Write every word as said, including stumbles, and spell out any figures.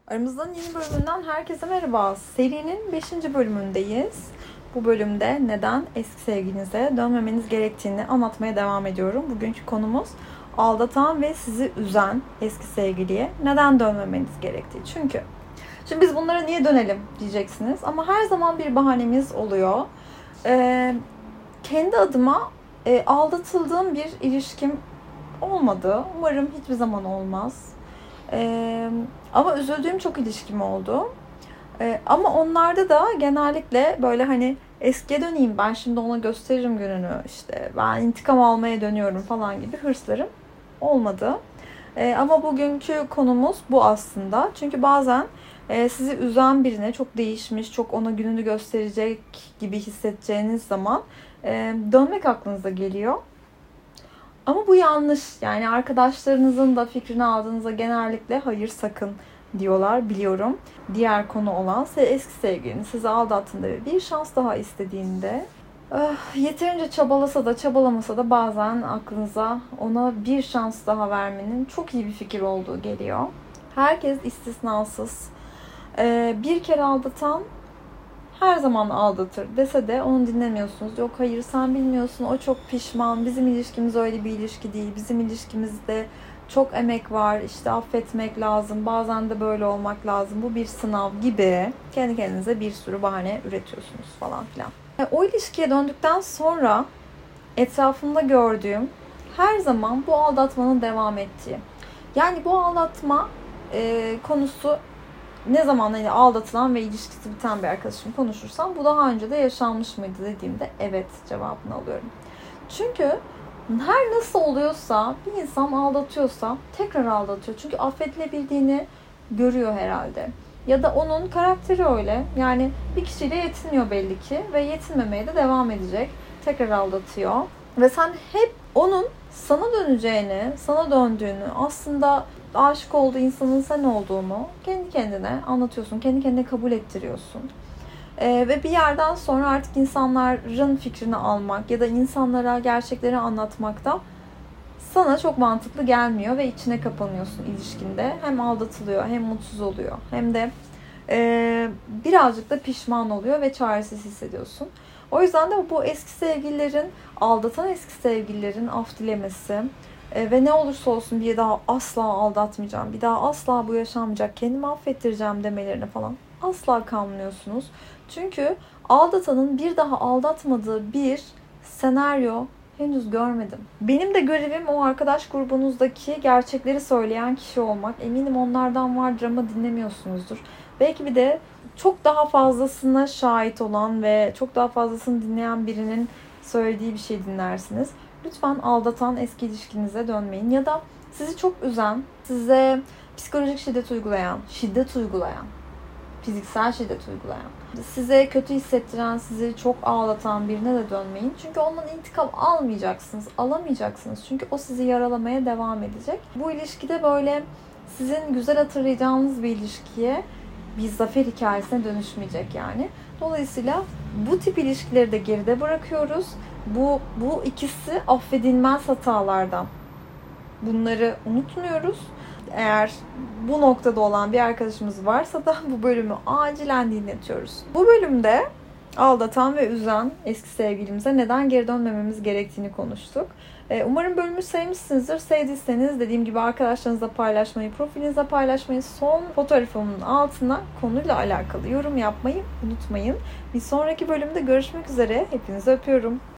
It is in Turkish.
Aramızdan yeni bölümünden herkese merhaba. Serinin beşinci bölümündeyiz. Bu bölümde neden eski sevgilinize dönmemeniz gerektiğini anlatmaya devam ediyorum. Bugünkü konumuz aldatan ve sizi üzen eski sevgiliye neden dönmemeniz gerektiği. Çünkü şimdi biz bunlara niye dönelim diyeceksiniz ama her zaman bir bahanemiz oluyor. Ee, kendi adıma e, aldatıldığım bir ilişkim olmadı. Umarım hiçbir zaman olmaz. Ee, ama üzüldüğüm çok ilişkim oldu. Ee, ama onlarda da genellikle böyle hani eskiye döneyim, ben şimdi ona gösteririm gününü, işte ben intikam almaya dönüyorum falan gibi hırslarım olmadı. Ee, ama bugünkü konumuz bu aslında. Çünkü bazen e, sizi üzen birine, çok değişmiş, çok ona gününü gösterecek gibi hissedeceğiniz zaman e, dönmek aklınıza geliyor. Ama bu yanlış. Yani arkadaşlarınızın da fikrini aldığınızda genellikle hayır sakın diyorlar, biliyorum. Diğer konu olan eski sevgiliniz sizi aldattığında ve bir şans daha istediğinde eh, yeterince çabalasa da çabalamasa da bazen aklınıza ona bir şans daha vermenin çok iyi bir fikir olduğu geliyor. Herkes istisnasız eh, bir kere aldatan her zaman aldatır dese de onu dinlemiyorsunuz. Yok hayır sen bilmiyorsun, o çok pişman, bizim ilişkimiz öyle bir ilişki değil, bizim ilişkimizde çok emek var, işte affetmek lazım, bazen de böyle olmak lazım, bu bir sınav gibi kendi kendinize bir sürü bahane üretiyorsunuz falan filan. Yani o ilişkiye döndükten sonra etrafımda gördüğüm her zaman bu aldatmanın devam ettiği. Yani bu aldatma e, konusu ne zaman hani aldatılan ve ilişkisi biten bir arkadaşım konuşursam bu daha önce de yaşanmış mıydı dediğimde evet cevabını alıyorum. Çünkü her nasıl oluyorsa bir insan aldatıyorsa tekrar aldatıyor. Çünkü affedilebildiğini görüyor herhalde. Ya da onun karakteri öyle. Yani bir kişiyle yetinmiyor belli ki ve yetinmemeye de devam edecek. Tekrar aldatıyor. Ve sen hep onun sana döneceğini, sana döndüğünü, aslında aşık olduğu insanın sen olduğunu kendi kendine anlatıyorsun. Kendi kendine kabul ettiriyorsun. Ee, ve bir yerden sonra artık insanların fikrini almak ya da insanlara gerçekleri anlatmak da sana çok mantıklı gelmiyor ve içine kapanıyorsun ilişkinde. Hem aldatılıyor, hem mutsuz oluyor, hem de e, birazcık da pişman oluyor ve çaresiz hissediyorsun. O yüzden de bu eski sevgililerin, aldatan eski sevgililerin af dilemesi e, ve ne olursa olsun bir daha asla aldatmayacağım, bir daha asla bu yaşanmayacak, kendimi affettireceğim demelerine falan asla kanmıyorsunuz. Çünkü aldatanın bir daha aldatmadığı bir senaryo henüz görmedim. Benim de görevim o arkadaş grubunuzdaki gerçekleri söyleyen kişi olmak. Eminim onlardan vardır ama dinlemiyorsunuzdur. Belki bir de çok daha fazlasına şahit olan ve çok daha fazlasını dinleyen birinin söylediği bir şey dinlersiniz. Lütfen aldatan eski ilişkinize dönmeyin. Ya da sizi çok üzen, size psikolojik şiddet uygulayan, şiddet uygulayan, fiziksel şiddet uygulayan, size kötü hissettiren, sizi çok ağlatan birine de dönmeyin. Çünkü ondan intikam almayacaksınız, alamayacaksınız. Çünkü o sizi yaralamaya devam edecek. Bu ilişkide böyle sizin güzel hatırlayacağınız bir ilişkiye, bir zafer hikayesine dönüşmeyecek yani. Dolayısıyla bu tip ilişkileri de geride bırakıyoruz. Bu, bu ikisi affedilmez hatalardan. Bunları unutmuyoruz. Eğer bu noktada olan bir arkadaşımız varsa da bu bölümü acilen dinletiyoruz. Bu bölümde aldatan ve üzen eski sevgilimize neden geri dönmememiz gerektiğini konuştuk. Umarım bölümü sevmişsinizdir. Sevdiyseniz dediğim gibi arkadaşlarınızla paylaşmayı, profilinizde paylaşmayı, son fotoğrafımın altına konuyla alakalı yorum yapmayı unutmayın. Bir sonraki bölümde görüşmek üzere. Hepinizi öpüyorum.